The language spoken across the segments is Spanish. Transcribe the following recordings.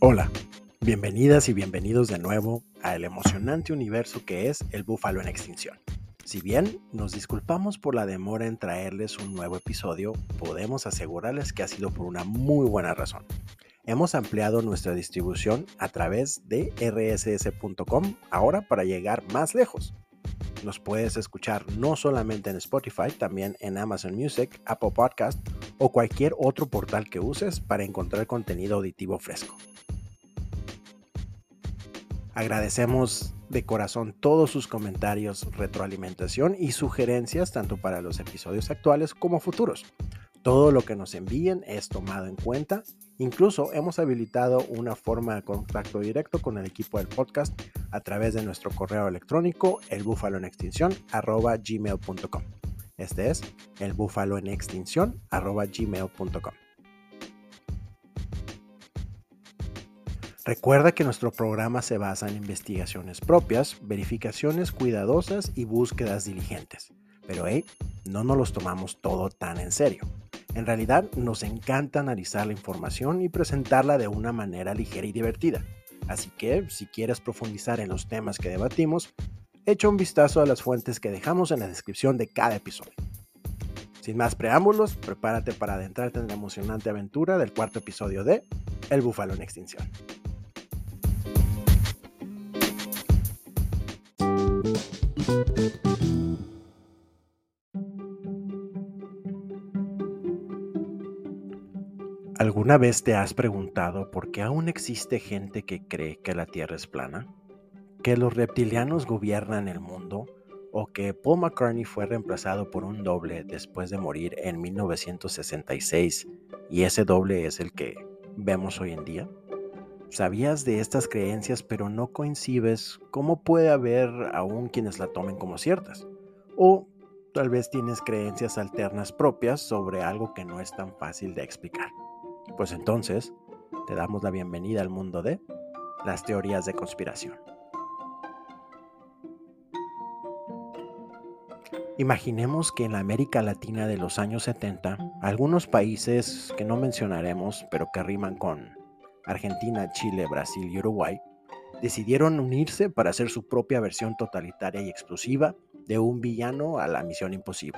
Hola, bienvenidas y bienvenidos de nuevo al emocionante universo que es el búfalo en extinción. Si bien nos disculpamos por la demora en traerles un nuevo episodio, podemos asegurarles que ha sido por una muy buena razón. Hemos ampliado nuestra distribución a través de rss.com ahora para llegar más lejos. Nos puedes escuchar no solamente en Spotify, también en Amazon Music, Apple Podcast o cualquier otro portal que uses para encontrar contenido auditivo fresco. Agradecemos de corazón todos sus comentarios, retroalimentación y sugerencias tanto para los episodios actuales como futuros. Todo lo que nos envíen es tomado en cuenta. Incluso hemos habilitado una forma de contacto directo con el equipo del podcast a través de nuestro correo electrónico elbufaloenextinción@gmail.com. Este es elbufaloenextinción@gmail.com. Recuerda que nuestro programa se basa en investigaciones propias, verificaciones cuidadosas y búsquedas diligentes. Pero no nos los tomamos todo tan en serio. En realidad nos encanta analizar la información y presentarla de una manera ligera y divertida. Así que si quieres profundizar en los temas que debatimos, echa un vistazo a las fuentes que dejamos en la descripción de cada episodio. Sin más preámbulos, prepárate para adentrarte en la emocionante aventura del cuarto episodio de El Búfalo en Extinción. ¿Alguna vez te has preguntado por qué aún existe gente que cree que la Tierra es plana? ¿Que los reptilianos gobiernan el mundo? ¿O que Paul McCartney fue reemplazado por un doble después de morir en 1966 y ese doble es el que vemos hoy en día? ¿Sabías de estas creencias pero no concibes cómo puede haber aún quienes la tomen como ciertas? O tal vez tienes creencias alternas propias sobre algo que no es tan fácil de explicar. Pues entonces, te damos la bienvenida al mundo de las teorías de conspiración. Imaginemos que en la América Latina de los años 70, algunos países que no mencionaremos, pero que riman con Argentina, Chile, Brasil y Uruguay, decidieron unirse para hacer su propia versión totalitaria y explosiva de un villano a la misión imposible.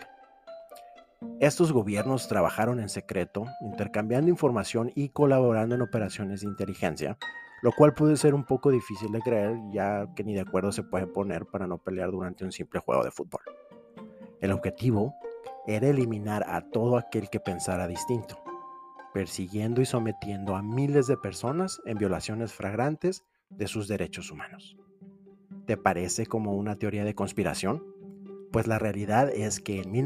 Estos gobiernos trabajaron en secreto, intercambiando información y colaborando en operaciones de inteligencia, lo cual puede ser un poco difícil de creer, ya que ni de acuerdo se pueden poner para no pelear durante un simple juego de fútbol. El objetivo era eliminar a todo aquel que pensara distinto, persiguiendo y sometiendo a miles de personas en violaciones flagrantes de sus derechos humanos. ¿Te parece como una teoría de conspiración? Pues la realidad es que en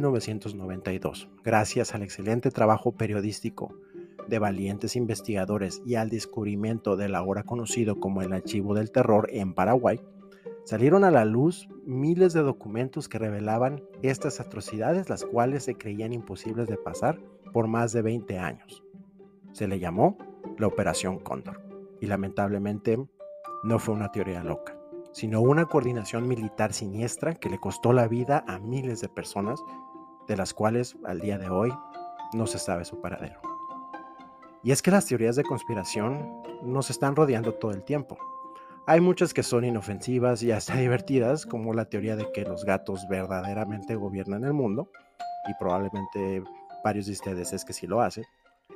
1992, gracias al excelente trabajo periodístico de valientes investigadores y al descubrimiento del ahora conocido como el Archivo del Terror en Paraguay, salieron a la luz miles de documentos que revelaban estas atrocidades, las cuales se creían imposibles de pasar por más de 20 años. Se le llamó la Operación Cóndor y lamentablemente no fue una teoría loca, sino una coordinación militar siniestra que le costó la vida a miles de personas, de las cuales al día de hoy no se sabe su paradero. Y es que las teorías de conspiración nos están rodeando todo el tiempo. Hay muchas que son inofensivas y hasta divertidas, como la teoría de que los gatos verdaderamente gobiernan el mundo, y probablemente varios de ustedes es que sí lo hacen,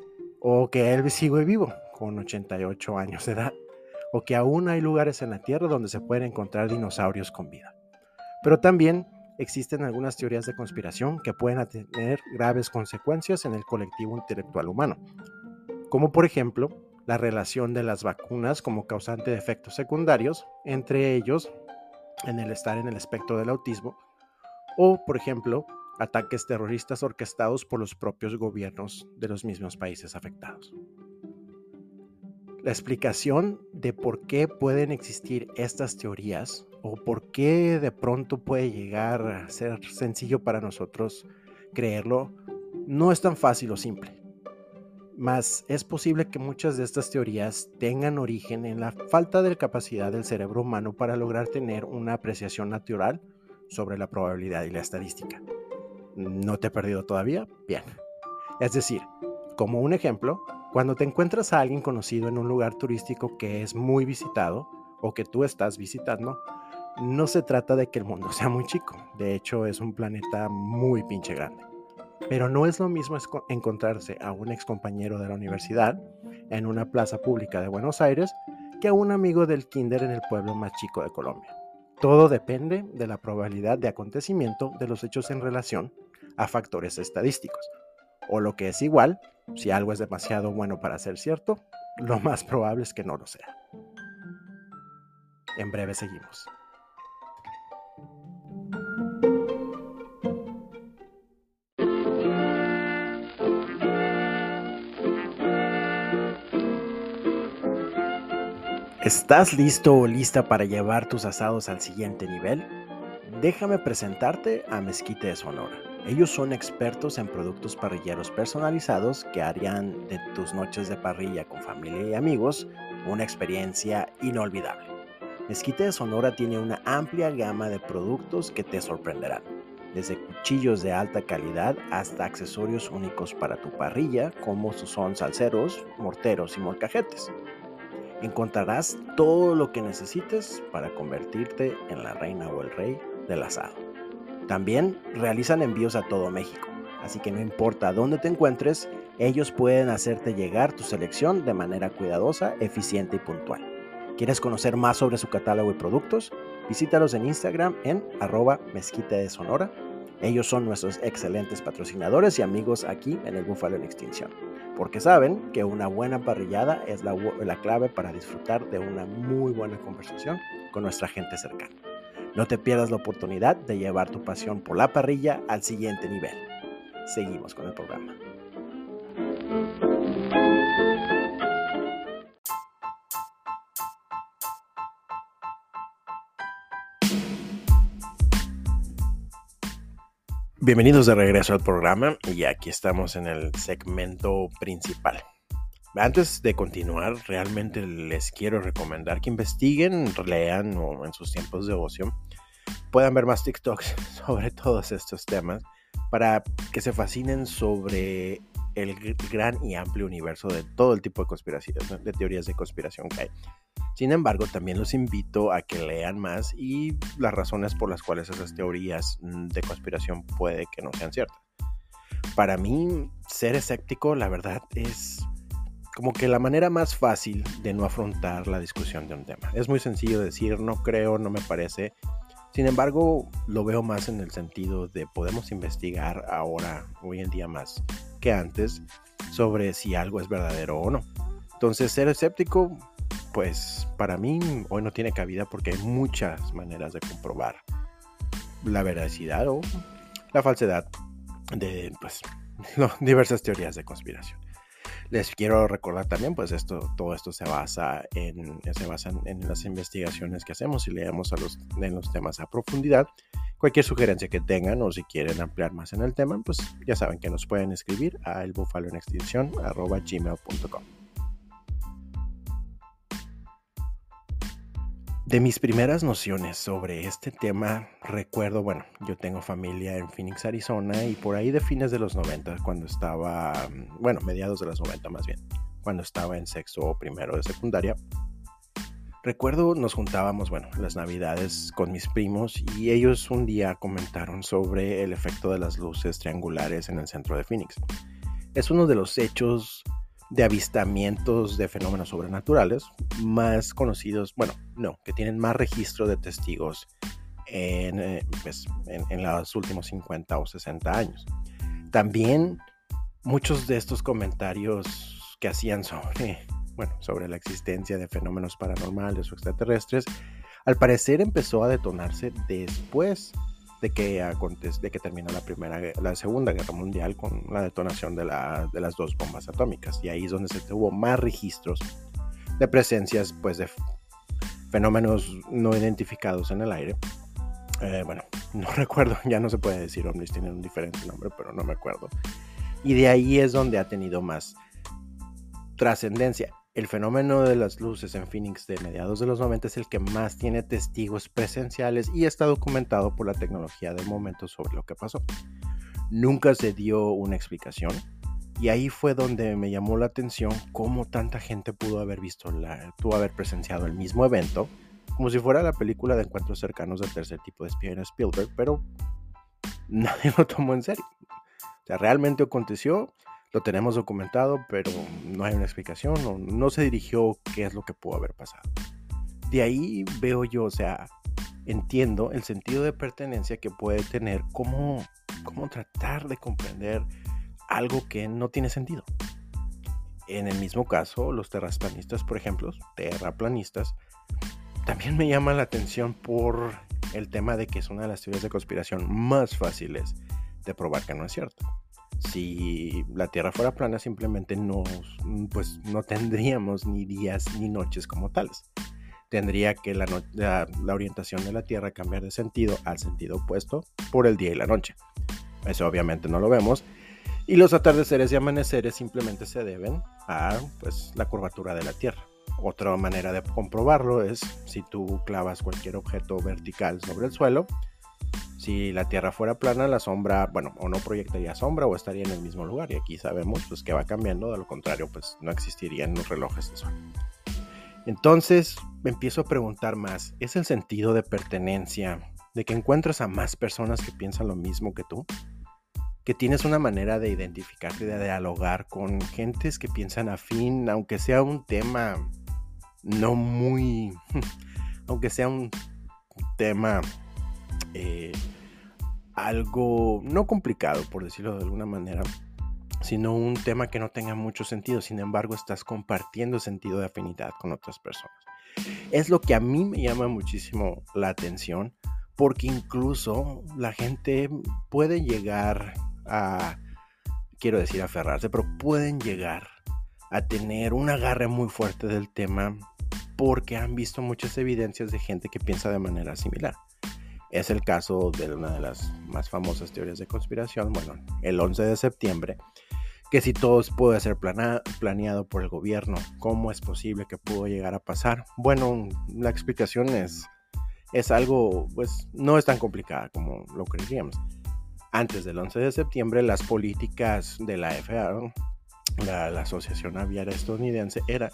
o que Elvis sigue vivo, con 88 años de edad, o que aún hay lugares en la Tierra donde se pueden encontrar dinosaurios con vida. Pero también existen algunas teorías de conspiración que pueden tener graves consecuencias en el colectivo intelectual humano, como por ejemplo la relación de las vacunas como causante de efectos secundarios, entre ellos en el estar en el espectro del autismo, o por ejemplo ataques terroristas orquestados por los propios gobiernos de los mismos países afectados. La explicación de por qué pueden existir estas teorías o por qué de pronto puede llegar a ser sencillo para nosotros creerlo no es tan fácil o simple. Mas es posible que muchas de estas teorías tengan origen en la falta de capacidad del cerebro humano para lograr tener una apreciación natural sobre la probabilidad y la estadística. ¿No te he perdido todavía? Bien. Es decir, como un ejemplo, Cuando te encuentras a alguien conocido en un lugar turístico que es muy visitado o que tú estás visitando, no se trata de que el mundo sea muy chico. De hecho, es un planeta muy pinche grande. Pero no es lo mismo encontrarse a un excompañero de la universidad en una plaza pública de Buenos Aires que a un amigo del kinder en el pueblo más chico de Colombia. Todo depende de la probabilidad de acontecimiento de los hechos en relación a factores estadísticos. O lo que es igual, si algo es demasiado bueno para ser cierto, lo más probable es que no lo sea. En breve seguimos. ¿Estás listo o lista para llevar tus asados al siguiente nivel? Déjame presentarte a Mezquite de Sonora. Ellos son expertos en productos parrilleros personalizados que harían de tus noches de parrilla con familia y amigos una experiencia inolvidable. Mezquite de Sonora tiene una amplia gama de productos que te sorprenderán, desde cuchillos de alta calidad hasta accesorios únicos para tu parrilla, como son salseros, morteros y molcajetes. Encontrarás todo lo que necesites para convertirte en la reina o el rey del asado. También realizan envíos a todo México, así que no importa dónde te encuentres, ellos pueden hacerte llegar tu selección de manera cuidadosa, eficiente y puntual. ¿Quieres conocer más sobre su catálogo y productos? Visítalos en Instagram en @mezquitedesonora. Ellos son nuestros excelentes patrocinadores y amigos aquí en el Búfalo en Extinción, porque saben que una buena parrillada es la clave para disfrutar de una muy buena conversación con nuestra gente cercana. No te pierdas la oportunidad de llevar tu pasión por la parrilla al siguiente nivel. Seguimos con el programa. Bienvenidos de regreso al programa y aquí estamos en el segmento principal. Antes de continuar, realmente les quiero recomendar que investiguen, lean o en sus tiempos de ocio puedan ver más TikToks sobre todos estos temas para que se fascinen sobre el gran y amplio universo de todo el tipo de conspiraciones, de teorías de conspiración que hay. Sin embargo, también los invito a que lean más y las razones por las cuales esas teorías de conspiración puede que no sean ciertas. Para mí, ser escéptico, la verdad, es como que la manera más fácil de no afrontar la discusión de un tema. Es muy sencillo decir, no creo, no me parece. Sin embargo, lo veo más en el sentido de podemos investigar ahora, hoy en día más que antes, sobre si algo es verdadero o no. Entonces, ser escéptico, pues para mí hoy no tiene cabida porque hay muchas maneras de comprobar la veracidad o la falsedad de diversas teorías de conspiración. Les quiero recordar también, pues todo esto se basa en las investigaciones que hacemos y leemos en los temas a profundidad. Cualquier sugerencia que tengan o si quieren ampliar más en el tema, pues ya saben que nos pueden escribir a elbufaloenextinción@gmail.com. De mis primeras nociones sobre este tema, recuerdo, yo tengo familia en Phoenix, Arizona, y por ahí de fines de los 90, mediados de los 90 más bien, cuando estaba en sexto o primero de secundaria, recuerdo nos juntábamos, las navidades con mis primos y ellos un día comentaron sobre el efecto de las luces triangulares en el centro de Phoenix. Es uno de los hechos de avistamientos de fenómenos sobrenaturales más conocidos, que tienen más registro de testigos en los últimos 50 o 60 años. También muchos de estos comentarios que hacían sobre la existencia de fenómenos paranormales o extraterrestres, al parecer empezó a detonarse después de que terminó la Segunda Guerra Mundial con la detonación de las dos bombas atómicas, y ahí es donde se tuvo más registros de presencias de fenómenos no identificados en el aire. No recuerdo, ya no se puede decir ovnis, tienen un diferente nombre, pero no me acuerdo, y de ahí es donde ha tenido más trascendencia. El fenómeno de las luces en Phoenix de mediados de los 90 es el que más tiene testigos presenciales y está documentado por la tecnología del momento sobre lo que pasó. Nunca se dio una explicación Y ahí fue donde me llamó la atención cómo tanta gente pudo haber presenciado el mismo evento, como si fuera la película de Encuentros Cercanos del Tercer Tipo de Steven Spielberg, pero nadie lo tomó en serio. O sea, realmente aconteció, lo tenemos documentado, pero no hay una explicación, no se dirigió qué es lo que pudo haber pasado. De ahí veo yo, o sea, entiendo el sentido de pertenencia que puede tener, cómo tratar de comprender algo que no tiene sentido. En el mismo caso, los terraplanistas, por ejemplo, terraplanistas, también me llama la atención por el tema de que es una de las teorías de conspiración más fáciles de probar que no es cierto. Si la Tierra fuera plana, simplemente no tendríamos ni días ni noches como tales. Tendría que la orientación de la Tierra cambiar de sentido al sentido opuesto por el día y la noche. Eso obviamente no lo vemos. Y los atardeceres y amaneceres simplemente se deben a la curvatura de la Tierra. Otra manera de comprobarlo es si tú clavas cualquier objeto vertical sobre el suelo. Si la Tierra fuera plana, la sombra, o no proyectaría sombra o estaría en el mismo lugar. Y aquí sabemos que va cambiando, de lo contrario, no existirían los relojes de sol. Entonces me empiezo a preguntar más, ¿es el sentido de pertenencia, de que encuentras a más personas que piensan lo mismo que tú? Que tienes una manera de identificarte, de dialogar con gentes que piensan afín, aunque sea un tema aunque sea un tema algo no complicado, por decirlo de alguna manera, sino un tema que no tenga mucho sentido. Sin embargo, estás compartiendo sentido de afinidad con otras personas. Es lo que a mí me llama muchísimo la atención, porque incluso la gente puede llegar aferrarse, pero pueden llegar a tener un agarre muy fuerte del tema porque han visto muchas evidencias de gente que piensa de manera similar. Es el caso de una de las más famosas teorías de conspiración, el 11 de septiembre, que si todo puede ser planeado por el gobierno, ¿cómo es posible que pudo llegar a pasar? La explicación es algo, no es tan complicada como lo creeríamos. Antes del 11 de septiembre, las políticas de la FAA, la Asociación Aviaria Estadounidense, era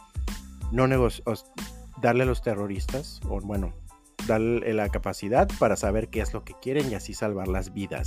darle a los terroristas, darle la capacidad para saber qué es lo que quieren y así salvar las vidas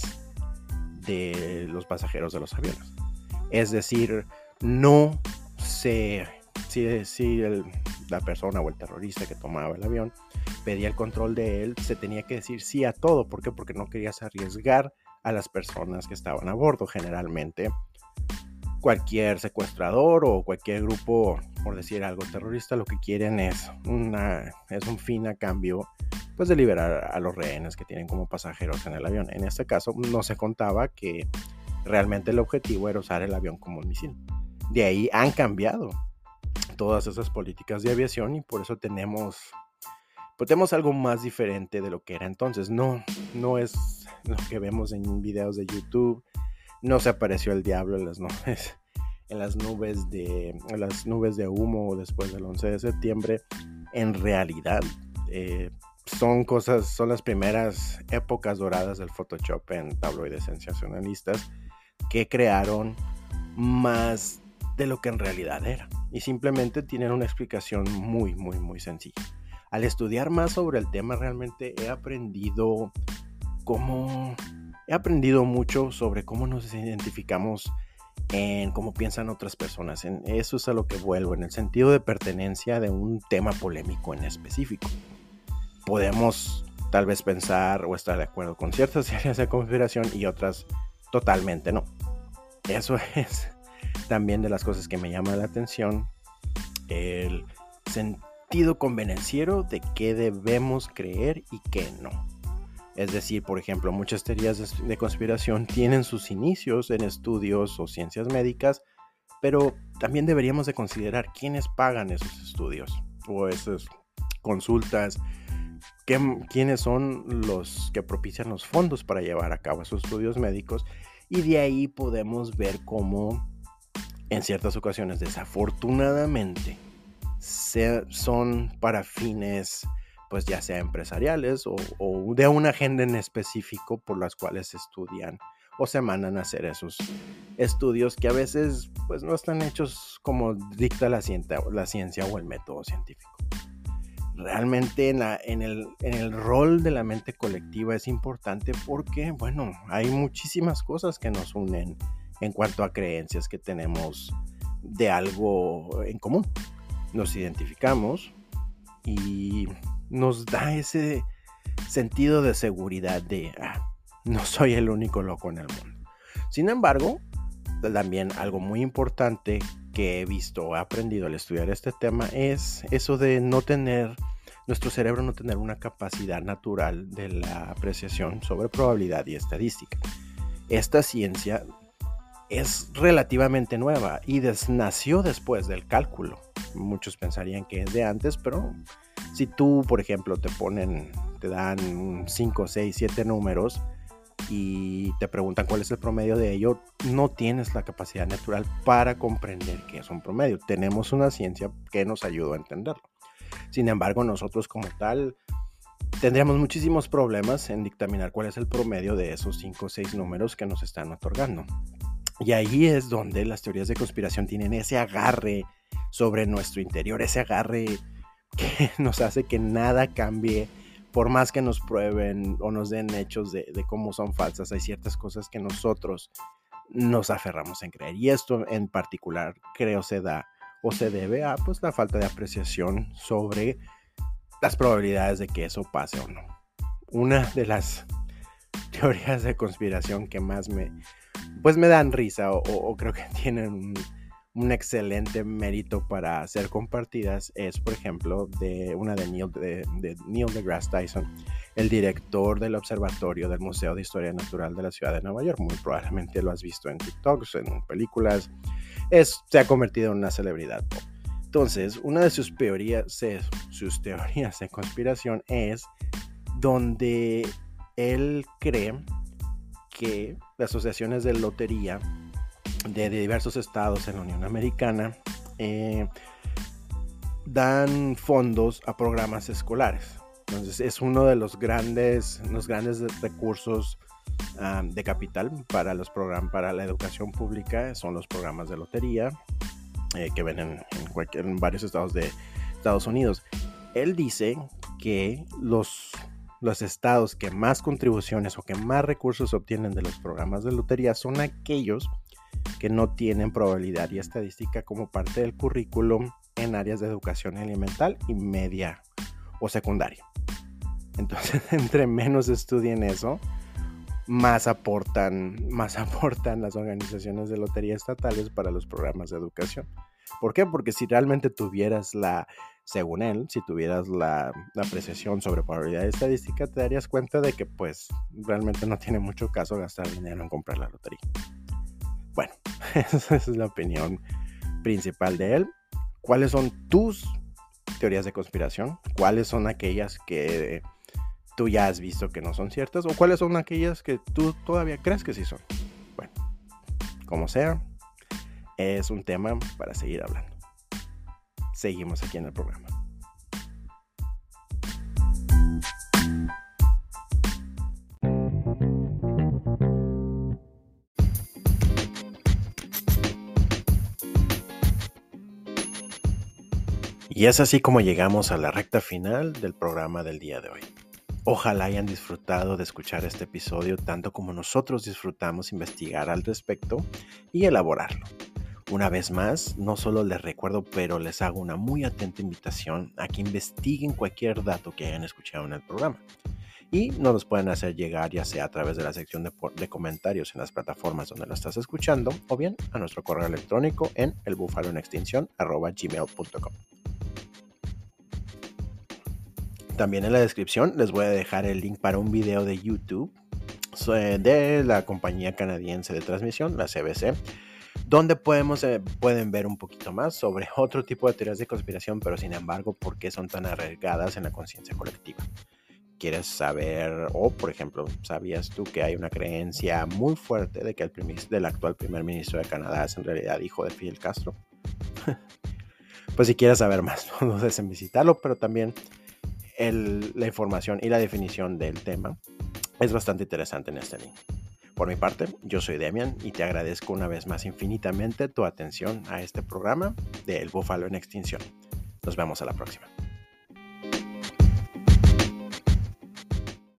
de los pasajeros de los aviones. Es decir, no sé si la persona o el terrorista que tomaba el avión pedía el control de él, se tenía que decir sí a todo. ¿Por qué? Porque no querías arriesgar a las personas que estaban a bordo. Generalmente cualquier secuestrador o cualquier grupo, por decir algo, terrorista, lo que quieren es un fin a cambio de liberar a los rehenes que tienen como pasajeros en el avión. En este caso no se contaba que realmente el objetivo era usar el avión como un misil. De ahí han cambiado todas esas políticas de aviación y por eso tenemos algo más diferente de lo que era entonces. No es lo que vemos en videos de YouTube. No se apareció el diablo en las nubes de humo después del 11 de septiembre. En realidad, son las primeras épocas doradas del Photoshop en tabloides sensacionalistas que crearon más de lo que en realidad era. Y simplemente tienen una explicación muy, muy, muy sencilla. Al estudiar más sobre el tema, realmente he aprendido mucho sobre cómo nos identificamos en cómo piensan otras personas. En eso es a lo que vuelvo, en el sentido de pertenencia de un tema polémico en específico. Podemos tal vez pensar o estar de acuerdo con ciertas teorías de conspiración y otras totalmente no. Eso es también de las cosas que me llama la atención, el sentido convenenciero de qué debemos creer y qué no. Es decir, por ejemplo, muchas teorías de conspiración tienen sus inicios en estudios o ciencias médicas, pero también deberíamos de considerar quiénes pagan esos estudios o esas consultas, quiénes son los que propician los fondos para llevar a cabo esos estudios médicos, y de ahí podemos ver cómo en ciertas ocasiones, desafortunadamente, son para fines ya sea empresariales o de una agenda en específico por las cuales se estudian o se mandan a hacer esos estudios que a veces pues no están hechos como dicta la ciencia o el método científico. Realmente en el rol de la mente colectiva es importante porque, bueno, hay muchísimas cosas que nos unen en cuanto a creencias que tenemos de algo en común. Nos identificamos y nos da ese sentido de seguridad de, no soy el único loco en el mundo. Sin embargo, también algo muy importante que he visto o he aprendido al estudiar este tema es eso de nuestro cerebro no tener una capacidad natural de la apreciación sobre probabilidad y estadística. Esta ciencia es relativamente nueva y nació después del cálculo. Muchos pensarían que es de antes, pero si tú, por ejemplo, te dan 5, 6, 7 números y te preguntan cuál es el promedio de ello, no tienes la capacidad natural para comprender qué es un promedio. Tenemos una ciencia que nos ayuda a entenderlo. Sin embargo, nosotros como tal tendríamos muchísimos problemas en dictaminar cuál es el promedio de esos 5 o 6 números que nos están otorgando. Y ahí es donde las teorías de conspiración tienen ese agarre sobre nuestro interior, ese agarre que nos hace que nada cambie. Por más que nos prueben o nos den hechos de cómo son falsas, hay ciertas cosas que nosotros nos aferramos en creer. Y esto en particular creo se da o se debe a pues, la falta de apreciación sobre las probabilidades de que eso pase o no. Una de las teorías de conspiración que más me dan risa o creo que tienen un excelente mérito para ser compartidas es, por ejemplo, de Neil deGrasse Tyson, el director del observatorio del Museo de Historia Natural de la ciudad de Nueva York. Muy probablemente lo has visto en TikToks, en películas. Se ha convertido en una celebridad pop. Entonces, una de sus teorías de conspiración es donde él cree que las asociaciones de lotería de diversos estados en la Unión Americana dan fondos a programas escolares. Entonces es uno de los grandes recursos de capital para la educación pública, son los programas de lotería que ven en varios estados de Estados Unidos. Él dice que los estados que más contribuciones o que más recursos obtienen de los programas de lotería son aquellos que no tienen probabilidad y estadística como parte del currículum en áreas de educación elemental y media o secundaria. Entonces, entre menos estudien eso, más aportan las organizaciones de lotería estatales para los programas de educación. ¿Por qué? Porque si realmente tuvieras según él, si tuvieras la apreciación sobre probabilidad y estadística, te darías cuenta de que pues realmente no tiene mucho caso gastar dinero en comprar la lotería. Bueno, esa es la opinión principal de él. ¿Cuáles son tus teorías de conspiración? ¿Cuáles son aquellas que tú ya has visto que no son ciertas? ¿O cuáles son aquellas que tú todavía crees que sí son? Bueno, como sea, es un tema para seguir hablando. Seguimos aquí en el programa. Y es así como llegamos a la recta final del programa del día de hoy. Ojalá hayan disfrutado de escuchar este episodio tanto como nosotros disfrutamos investigar al respecto y elaborarlo. Una vez más, no solo les recuerdo, pero les hago una muy atenta invitación a que investiguen cualquier dato que hayan escuchado en el programa. Y nos los pueden hacer llegar ya sea a través de la sección de comentarios en las plataformas donde lo estás escuchando o bien a nuestro correo electrónico en elbufaloenextinción@gmail.com. También en la descripción les voy a dejar el link para un video de YouTube de la compañía canadiense de transmisión, la CBC, donde pueden ver un poquito más sobre otro tipo de teorías de conspiración, pero sin embargo, por qué son tan arraigadas en la conciencia colectiva. ¿Quieres saber, por ejemplo, sabías tú que hay una creencia muy fuerte de que el actual primer ministro de Canadá es en realidad hijo de Fidel Castro? Pues si quieres saber más, no dudes en visitarlo, pero también la información y la definición del tema es bastante interesante en este link. Por mi parte, yo soy Demian y te agradezco una vez más infinitamente tu atención a este programa de El Búfalo en Extinción. Nos vemos a la próxima.